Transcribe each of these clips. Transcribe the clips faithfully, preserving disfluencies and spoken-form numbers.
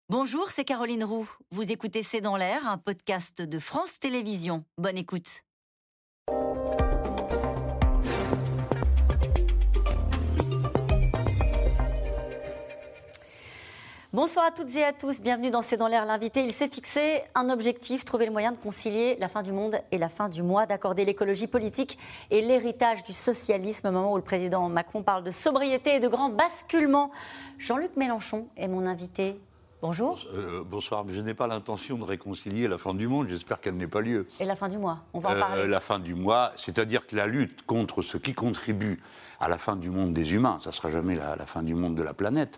Bonjour, c'est Caroline Roux. Vous écoutez C'est dans l'air, un podcast de France Télévisions. Bonne écoute. Bonsoir à toutes et à tous, bienvenue dans C'est dans l'air. L'invité, il s'est fixé un objectif, trouver le moyen de concilier la fin du monde et la fin du mois, d'accorder l'écologie politique et l'héritage du socialisme au moment où le président Macron parle de sobriété et de grands basculements. Jean-Luc Mélenchon est mon invité. Bonjour. Euh, bonsoir, mais je n'ai pas l'intention de réconcilier la fin du monde, j'espère qu'elle n'ait pas lieu. Et la fin du mois, on va en euh, parler. La fin du mois, c'est-à-dire que la lutte contre ce qui contribue à la fin du monde des humains, ça ne sera jamais la, la fin du monde de la planète,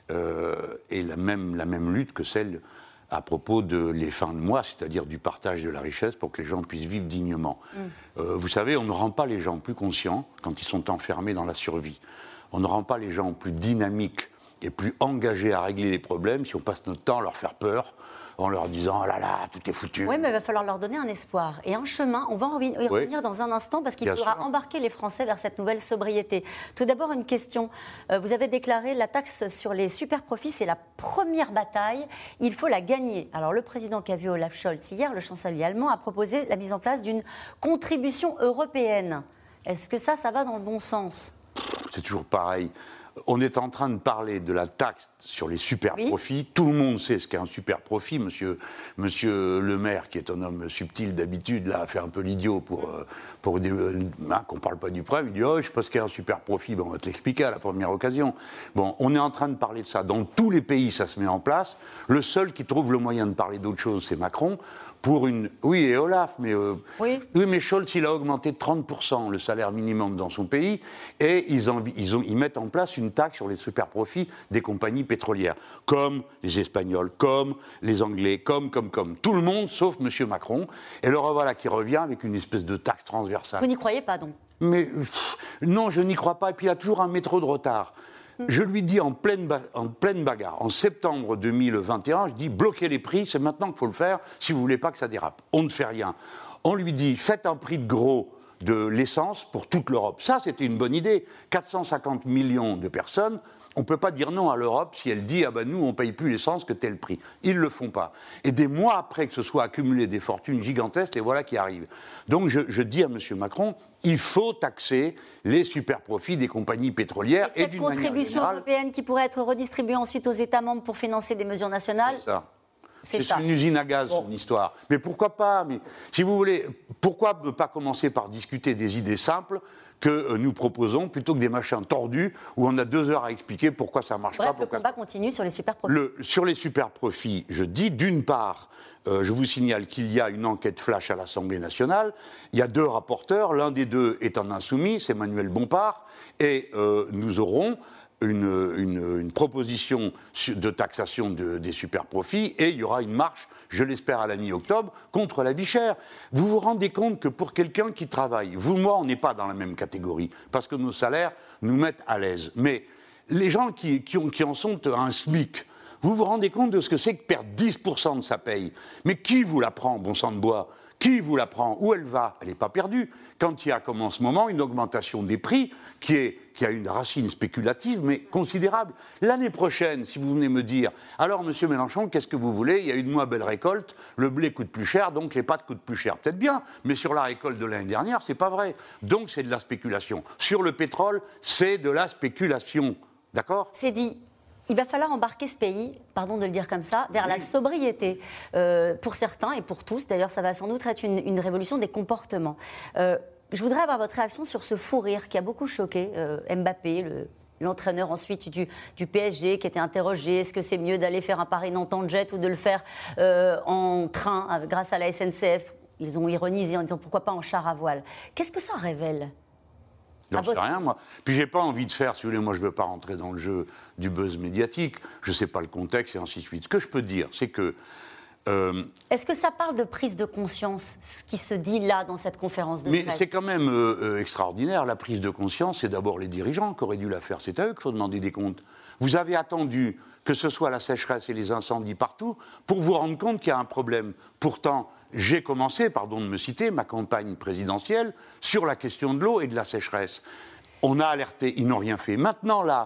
euh, est la même, la même lutte que celle à propos de les fins de mois, c'est-à-dire du partage de la richesse pour que les gens puissent vivre dignement. Mm. Euh, vous savez, on ne rend pas les gens plus conscients quand ils sont enfermés dans la survie. On ne rend pas les gens plus dynamiques et plus engagés à régler les problèmes si on passe notre temps à leur faire peur en leur disant « Oh là là, tout est foutu ». Oui, mais il va falloir leur donner un espoir. Et un chemin, on va en revenir oui. dans un instant parce qu'il Bien faudra sûr. embarquer les Français vers cette nouvelle sobriété. Tout d'abord, une question. Vous avez déclaré la taxe sur les super-profits, c'est la première bataille. Il faut la gagner. Alors, le président qu'a vu Olaf Scholz hier, le chancelier allemand, a proposé la mise en place d'une contribution européenne. Est-ce que ça, ça va dans le bon sens ? C'est toujours pareil. On est en train de parler de la taxe sur les super-profits. Oui. Tout le monde sait ce qu'est un super-profit. Monsieur, monsieur Le Maire, qui est un homme subtil d'habitude, là, a fait un peu l'idiot pour, pour euh, hein, qu'on ne parle pas du problème. Il dit « Oh, je sais pas ce qu'est un super-profit. » Bon, on va te l'expliquer à la première occasion. Bon, on est en train de parler de ça. Dans tous les pays, ça se met en place. Le seul qui trouve le moyen de parler d'autre chose, c'est Macron. Pour une... Oui, et Olaf, mais... Euh... Oui. oui, mais Scholz, il a augmenté de trente pour cent le salaire minimum dans son pays, et ils, en... ils, ont... ils mettent en place une taxe sur les super-profits des compagnies pétrolières, comme les Espagnols, comme les Anglais, comme, comme, comme. Tout le monde, sauf M. Macron, et le revoilà qui revient avec une espèce de taxe transversale. Vous n'y croyez pas, donc ? Mais pff, non, je n'y crois pas, et puis il y a toujours un métro de retard. Je lui dis en pleine, ba- en pleine bagarre, en septembre deux mille vingt et un, je dis bloquez les prix, c'est maintenant qu'il faut le faire si vous ne voulez pas que ça dérape. On ne fait rien. On lui dit faites un prix de gros de l'essence pour toute l'Europe. Ça, c'était une bonne idée. quatre cent cinquante millions de personnes, on ne peut pas dire non à l'Europe si elle dit « Ah ben nous, on ne paye plus l'essence que tel prix ». Ils ne le font pas. Et des mois après que ce soit accumulé des fortunes gigantesques, les voilà qui arrivent. Donc je, je dis à M. Macron, il faut taxer les super-profits des compagnies pétrolières et, et d'une manière générale... Cette contribution européenne qui pourrait être redistribuée ensuite aux États membres pour financer des mesures nationales... C'est ça. C'est, c'est ça. une usine à gaz, bon. son histoire. Mais pourquoi pas mais, si vous voulez, pourquoi ne pas commencer par discuter des idées simples que euh, nous proposons, plutôt que des machins tordus où on a deux heures à expliquer pourquoi ça ne marche Bref, pas. Pourquoi... le combat continue sur les super-profits. Le, sur les super-profits, je dis, d'une part, euh, je vous signale qu'il y a une enquête flash à l'Assemblée nationale. Il y a deux rapporteurs. L'un des deux est un insoumis, c'est Manuel Bompard. Et euh, nous aurons... Une, une, une proposition de taxation de, des super-profits et il y aura une marche, je l'espère à la mi-octobre, contre la vie chère. Vous vous rendez compte que pour quelqu'un qui travaille, vous, moi, on n'est pas dans la même catégorie, parce que nos salaires nous mettent à l'aise. Mais les gens qui, qui, ont, qui en sont à un SMIC, vous vous rendez compte de ce que c'est que perdre dix pour cent de sa paye. Mais qui vous la prend, bon sang de bois ? Qui vous la prend ? Où elle va ? Elle n'est pas perdue. Quand il y a, comme en ce moment, une augmentation des prix qui, est, qui a une racine spéculative, mais considérable. L'année prochaine, si vous venez me dire « Alors, monsieur Mélenchon, qu'est-ce que vous voulez ? Il y a une moins belle récolte, le blé coûte plus cher, donc les pâtes coûtent plus cher. » Peut-être bien, mais sur la récolte de l'année dernière, c'est pas vrai. Donc, c'est de la spéculation. Sur le pétrole, c'est de la spéculation. D'accord ? C'est dit. Il va falloir embarquer ce pays, pardon de le dire comme ça, vers oui. la sobriété. Euh, pour certains et pour tous, d'ailleurs, ça va sans doute être une, une révolution des comportements. Euh, je voudrais avoir votre réaction sur ce fou rire qui a beaucoup choqué euh, Mbappé, le, l'entraîneur ensuite du, du P S G, qui était interrogé. Est-ce que c'est mieux d'aller faire un Paris-Nantes en jet ou de le faire euh, en train euh, grâce à la S N C F ? Ils ont ironisé en disant pourquoi pas en char à voile. Qu'est-ce que ça révèle ? J'en sais rien, moi. Puis j'ai pas envie de faire, si vous voulez, moi je veux pas rentrer dans le jeu du buzz médiatique, je sais pas le contexte et ainsi de suite. Ce que je peux dire, c'est que... Euh, Est-ce que ça parle de prise de conscience, ce qui se dit là, dans cette conférence de mais presse ? Mais c'est quand même euh, extraordinaire, la prise de conscience, c'est d'abord les dirigeants qui auraient dû la faire, c'est à eux qu'il faut demander des comptes. Vous avez attendu que ce soit la sécheresse et les incendies partout pour vous rendre compte qu'il y a un problème. Pourtant... J'ai commencé, pardon de me citer, ma campagne présidentielle sur la question de l'eau et de la sécheresse. On a alerté, ils n'ont rien fait. Maintenant, là,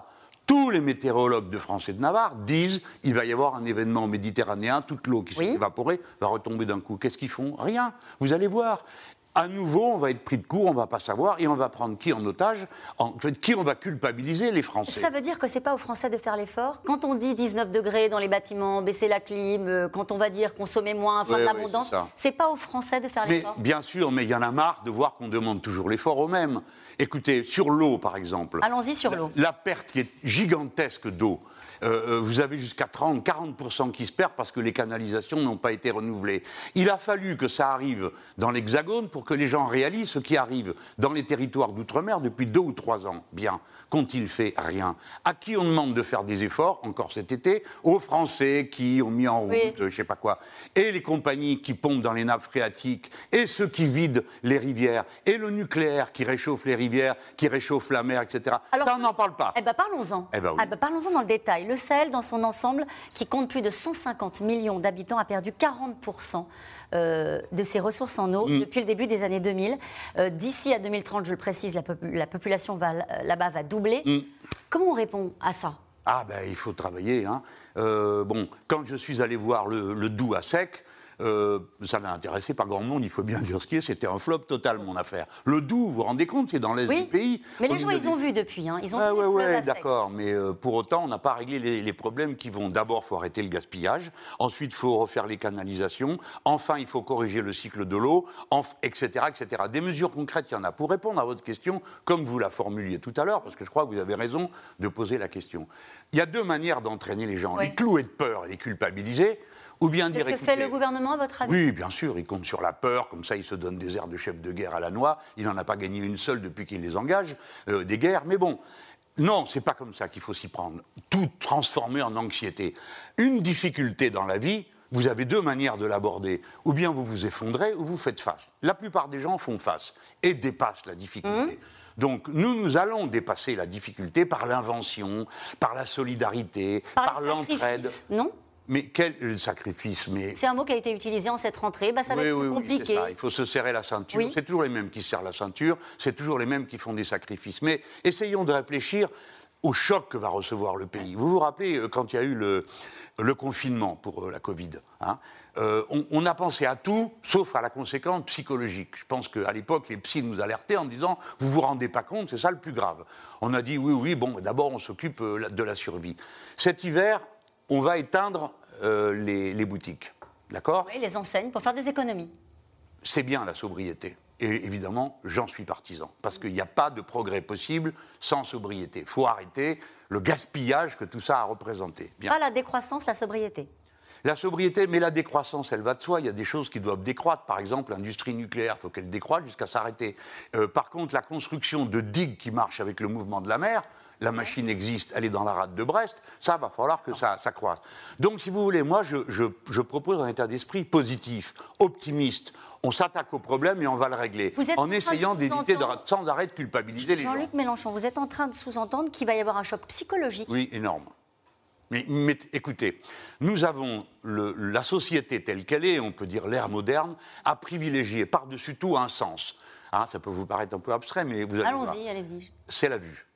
Tous les météorologues de France et de Navarre disent qu'il va y avoir un événement méditerranéen, toute l'eau qui oui. s'est évaporée va retomber d'un coup. Qu'est-ce qu'ils font? Rien. Vous allez voir. À nouveau, on va être pris de court, on ne va pas savoir, et on va prendre qui en otage, en, qui on va culpabiliser, les Français. Ça veut dire que ce n'est pas aux Français de faire l'effort? Quand on dit dix-neuf degrés dans les bâtiments, baisser la clim, quand on va dire consommer moins, faire ouais, de l'abondance, ouais, ce n'est pas aux Français de faire l'effort? Bien sûr, mais il y en a marre de voir qu'on demande toujours l'effort aux mêmes. Écoutez, sur l'eau, par exemple. Allons-y sur l'eau. La, la perte qui est gigantesque d'eau. Euh, vous avez jusqu'à trente à quarante pour cent qui se perdent parce que les canalisations n'ont pas été renouvelées. Il a fallu que ça arrive dans l'Hexagone pour que les gens réalisent ce qui arrive dans les territoires d'outre-mer depuis deux ou trois ans. Bien. Qu'ont-ils fait? Rien. À qui on demande de faire des efforts, encore cet été? Aux Français qui ont mis en route, oui. je ne sais pas quoi. Et les compagnies qui pompent dans les nappes phréatiques, et ceux qui vident les rivières, et le nucléaire qui réchauffe les rivières, qui réchauffe la mer, et cetera. Alors, ça, on n'en parle pas. Eh bien, parlons-en. Eh ben, oui. eh ben, parlons-en dans le détail. Le Sahel, dans son ensemble, qui compte plus de cent cinquante millions d'habitants, a perdu quarante pour cent euh, de ses ressources en eau mm. depuis le début des années deux mille. Euh, d'ici à deux mille trente, je le précise, la, popul- la population va, là-bas va doubler. Mm. Comment on répond à ça? Ah ben, il faut travailler. Hein. Euh, bon, quand je suis allé voir le, le Doubs à sec, Euh, ça n'a intéressé pas grand monde, il faut bien dire ce qui est, c'était un flop total, mon affaire. Le Doubs, vous vous rendez compte, c'est dans l'est oui, du pays. Mais les gens, ils ont vu depuis, hein. Ils ont ah, vu ouais, ouais, ouais, d'accord, mais euh, pour autant, on n'a pas réglé les, les problèmes qui vont. D'abord, il faut arrêter le gaspillage, ensuite, il faut refaire les canalisations, enfin, il faut corriger le cycle de l'eau, et cetera, et cetera. Des mesures concrètes, il y en a. Pour répondre à votre question, comme vous la formuliez tout à l'heure, parce que je crois que vous avez raison de poser la question, il y a deux manières d'entraîner les gens, oui. les clouer de peur et les culpabiliser. Ou bien dire, c'est ce que fait le gouvernement, à votre avis? Oui, bien sûr, il compte sur la peur, comme ça il se donne des airs de chef de guerre à la noix, il n'en a pas gagné une seule depuis qu'il les engage, euh, des guerres, mais bon, non, c'est pas comme ça qu'il faut s'y prendre, tout transformer en anxiété. Une difficulté dans la vie, vous avez deux manières de l'aborder, ou bien vous vous effondrez, ou vous faites face. La plupart des gens font face et dépassent la difficulté. Mmh. Donc, nous, nous allons dépasser la difficulté par l'invention, par la solidarité, par, par l'entraide. Non ? Mais quel sacrifice mais... C'est un mot qui a été utilisé en cette rentrée. Bah, ça va oui, être oui, compliqué. Oui, c'est ça. Il faut se serrer la ceinture. Oui. C'est toujours les mêmes qui se serrent la ceinture. C'est toujours les mêmes qui font des sacrifices. Mais essayons de réfléchir au choc que va recevoir le pays. Vous vous rappelez, quand il y a eu le, le confinement pour la Covid, hein, euh, on, on a pensé à tout, sauf à la conséquence psychologique. Je pense qu'à l'époque, les psys nous alertaient en disant « vous vous rendez pas compte, c'est ça le plus grave ». On a dit « oui, oui, bon, d'abord on s'occupe de la survie ». Cet hiver, on va éteindre euh, les, les boutiques, d'accord ? Oui, les enseignes, pour faire des économies. C'est bien la sobriété. Et évidemment, j'en suis partisan. Parce qu'il n'y a pas de progrès possible sans sobriété. Il faut arrêter le gaspillage que tout ça a représenté. Bien. Pas la décroissance, la sobriété. La sobriété, mais la décroissance, elle va de soi. Il y a des choses qui doivent décroître. Par exemple, l'industrie nucléaire, il faut qu'elle décroître jusqu'à s'arrêter. Euh, par contre, la construction de digues qui marchent avec le mouvement de la mer, la machine existe, elle est dans la rade de Brest, ça va falloir que ça, ça croisse. Donc, si vous voulez, moi, je, je, je propose un état d'esprit positif, optimiste. On s'attaque au problème et on va le régler, en essayant d'éviter de, sans arrêt de culpabiliser les gens. Jean-Luc Mélenchon, vous êtes en train de sous-entendre qu'il va y avoir un choc psychologique. Oui, énorme. Mais, mais écoutez, nous avons le, la société telle qu'elle est, on peut dire l'ère moderne, a privilégié par-dessus tout un sens. Hein, ça peut vous paraître un peu abstrait, mais vous allez allons-y, voir. allez-y. C'est la vue.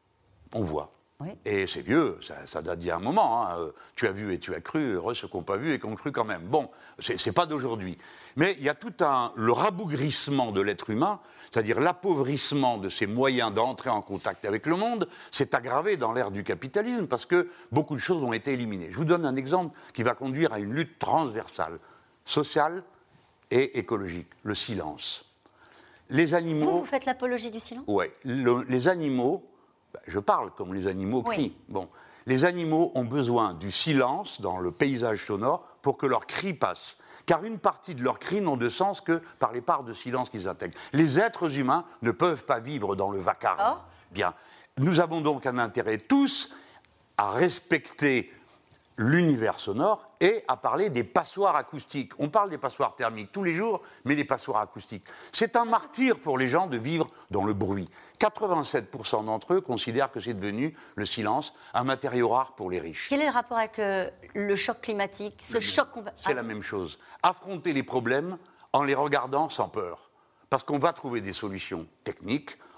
On voit. Oui. Et c'est vieux, ça, ça date d'il y a un moment. Hein. Euh, tu as vu et tu as cru, heureux ceux qui n'ont pas vu et qui ont cru quand même. Bon, c'est, c'est pas d'aujourd'hui. Mais il y a tout un... le rabougrissement de l'être humain, c'est-à-dire l'appauvrissement de ses moyens d'entrer en contact avec le monde, s'est aggravé dans l'ère du capitalisme parce que beaucoup de choses ont été éliminées. Je vous donne un exemple qui va conduire à une lutte transversale, sociale et écologique, le silence. Les animaux... Vous, vous faites l'apologie du silence ? Oui, le, les animaux... Je parle comme les animaux crient. Oui. Bon. Les animaux ont besoin du silence dans le paysage sonore pour que leurs cris passent. Car une partie de leurs cris n'ont de sens que par les parts de silence qu'ils intègrent. Les êtres humains ne peuvent pas vivre dans le vacarme. Oh. Bien. Nous avons donc un intérêt tous à respecter l'univers sonore et à parler des passoires acoustiques. On parle des passoires thermiques tous les jours, mais les passoires acoustiques. C'est un martyre pour les gens de vivre dans le bruit. quatre-vingt-sept pour cent d'entre eux considèrent que c'est devenu, le silence, un matériau rare pour les riches. Quel est le rapport avec euh, le choc climatique, ce le choc qu'on va... C'est ah. la même chose. Affronter les problèmes en les regardant sans peur. Parce qu'on va trouver des solutions techniques,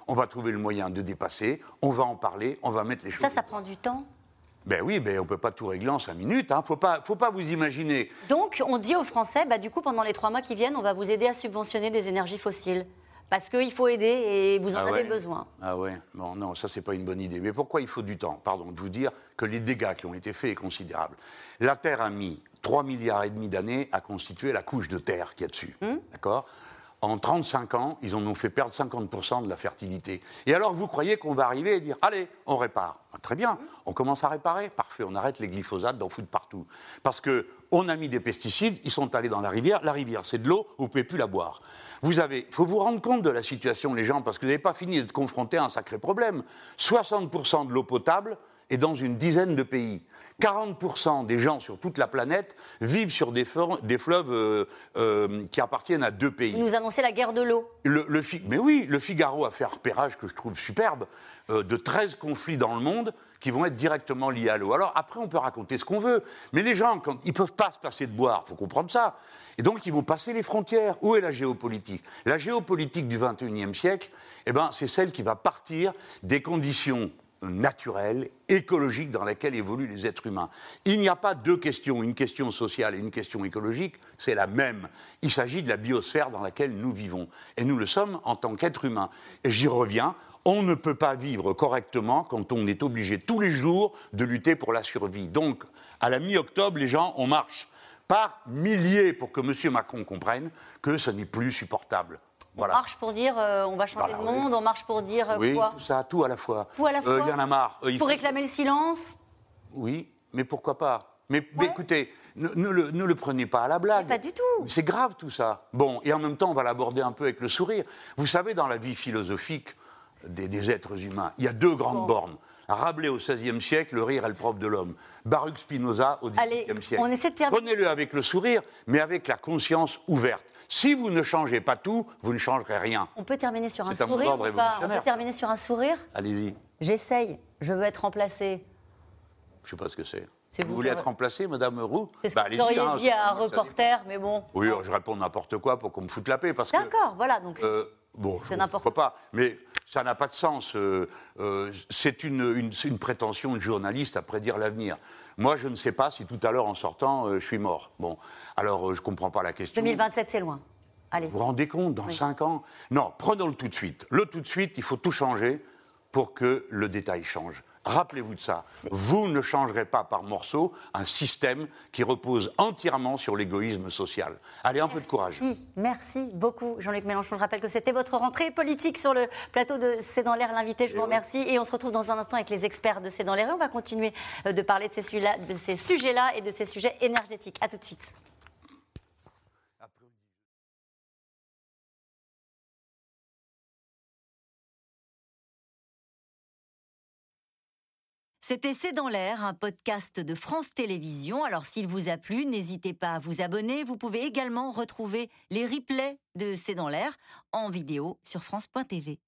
on va trouver le moyen de dépasser, on va en parler, on va mettre les choses... Ça, ça prend du temps. Ben oui, ben on ne peut pas tout régler en cinq minutes. Il hein. ne faut pas, faut pas vous imaginer... Donc, on dit aux Français, bah, du coup, pendant les trois mois qui viennent, on va vous aider à subventionner des énergies fossiles. Parce qu'il faut aider et vous en ah avez ouais. besoin. Ah ouais, bon non, ça c'est pas une bonne idée. Mais pourquoi il faut du temps? Pardon, de vous dire que les dégâts qui ont été faits sont considérables. La Terre a mis trois milliards et demi d'années à constituer la couche de terre qu'il y a dessus. Hum? D'accord? En trente-cinq ans, ils en ont fait perdre cinquante pour cent de la fertilité. Et alors vous croyez qu'on va arriver et dire « Allez, on répare ». Très bien, on commence à réparer, parfait, on arrête les glyphosates d'en foutre partout. Parce qu'on a mis des pesticides, ils sont allés dans la rivière, la rivière c'est de l'eau, vous ne pouvez plus la boire. Vous avez, il faut vous rendre compte de la situation, les gens, parce que vous n'avez pas fini d'être confrontés à un sacré problème. soixante pour cent de l'eau potable est dans une dizaine de pays. quarante pour cent des gens sur toute la planète vivent sur des, fleuves, des fleuves euh, euh, qui appartiennent à deux pays. Vous nous annoncez la guerre de l'eau. Le, le, mais oui, le Figaro a fait un repérage que je trouve superbe, euh, de treize conflits dans le monde qui vont être directement liés à l'eau. Alors après, on peut raconter ce qu'on veut, mais les gens, quand, ils ne peuvent pas se passer de boire, il faut comprendre ça. Et donc, ils vont passer les frontières. Où est la géopolitique? La géopolitique du vingt et unième siècle, eh ben, c'est celle qui va partir des conditions naturelle, écologique dans laquelle évoluent les êtres humains. Il n'y a pas deux questions, une question sociale et une question écologique, c'est la même. Il s'agit de la biosphère dans laquelle nous vivons. Et nous le sommes en tant qu'êtres humains. Et j'y reviens, on ne peut pas vivre correctement quand on est obligé tous les jours de lutter pour la survie. Donc, à la mi-octobre, les gens, on marche par milliers pour que M. Macron comprenne que ce n'est plus supportable. Voilà. On marche pour dire euh, on va changer voilà, de monde, oui. On marche pour dire euh, oui, quoi? Oui, tout ça, tout à la fois. Tout à la fois. Il euh, y en a marre. Euh, il pour faut... réclamer le silence? Oui, mais pourquoi pas? Mais, ouais. mais écoutez, ne, ne, le, ne le prenez pas à la blague. Mais pas du tout. C'est grave tout ça. Bon, et en même temps, on va l'aborder un peu avec le sourire. Vous savez, dans la vie philosophique des, des êtres humains, il y a deux grandes bon. bornes. Rabelais au seizième siècle, le rire est le propre de l'homme. Baruch Spinoza au dix-huitième siècle. On essaie de terminer. Prenez-le avec le sourire, mais avec la conscience ouverte. Si vous ne changez pas tout, vous ne changerez rien. On peut terminer sur un sourire ou pas? On peut terminer sur un sourire? Allez-y. J'essaye. Je veux être remplacée. Je ne sais pas ce que c'est. c'est vous, vous voulez être remplacée, Madame Roux? C'est ce bah, que vous auriez hein, dit à un reporter, mais bon. Oui, je réponds n'importe quoi pour qu'on me foute la paix. Parce D'accord, que, voilà. Donc euh, bon, c'est n'importe pas. Mais ça n'a pas de sens. Euh, euh, c'est une, une, une prétention de journaliste à prédire l'avenir. Moi, je ne sais pas si tout à l'heure, en sortant, euh, je suis mort. Bon, alors, euh, je ne comprends pas la question. deux mille vingt-sept, c'est loin. Allez. Vous vous rendez compte, dans oui. cinq ans? Non, prenons-le tout de suite. Le tout de suite, il faut tout changer pour que le détail change. Rappelez-vous de ça. C'est... Vous ne changerez pas par morceaux un système qui repose entièrement sur l'égoïsme social. Allez, un merci, peu de courage. Merci beaucoup, Jean-Luc Mélenchon. Je rappelle que c'était votre rentrée politique sur le plateau de C'est dans l'air, l'invité. Je et vous oui. remercie. Et on se retrouve dans un instant avec les experts de C'est dans l'air. Et on va continuer de parler de ces, sujets-là, de ces sujets-là et de ces sujets énergétiques. À tout de suite. C'était C'est dans l'air, un podcast de France Télévisions. Alors s'il vous a plu, n'hésitez pas à vous abonner. Vous pouvez également retrouver les replays de C'est dans l'air en vidéo sur France point T V.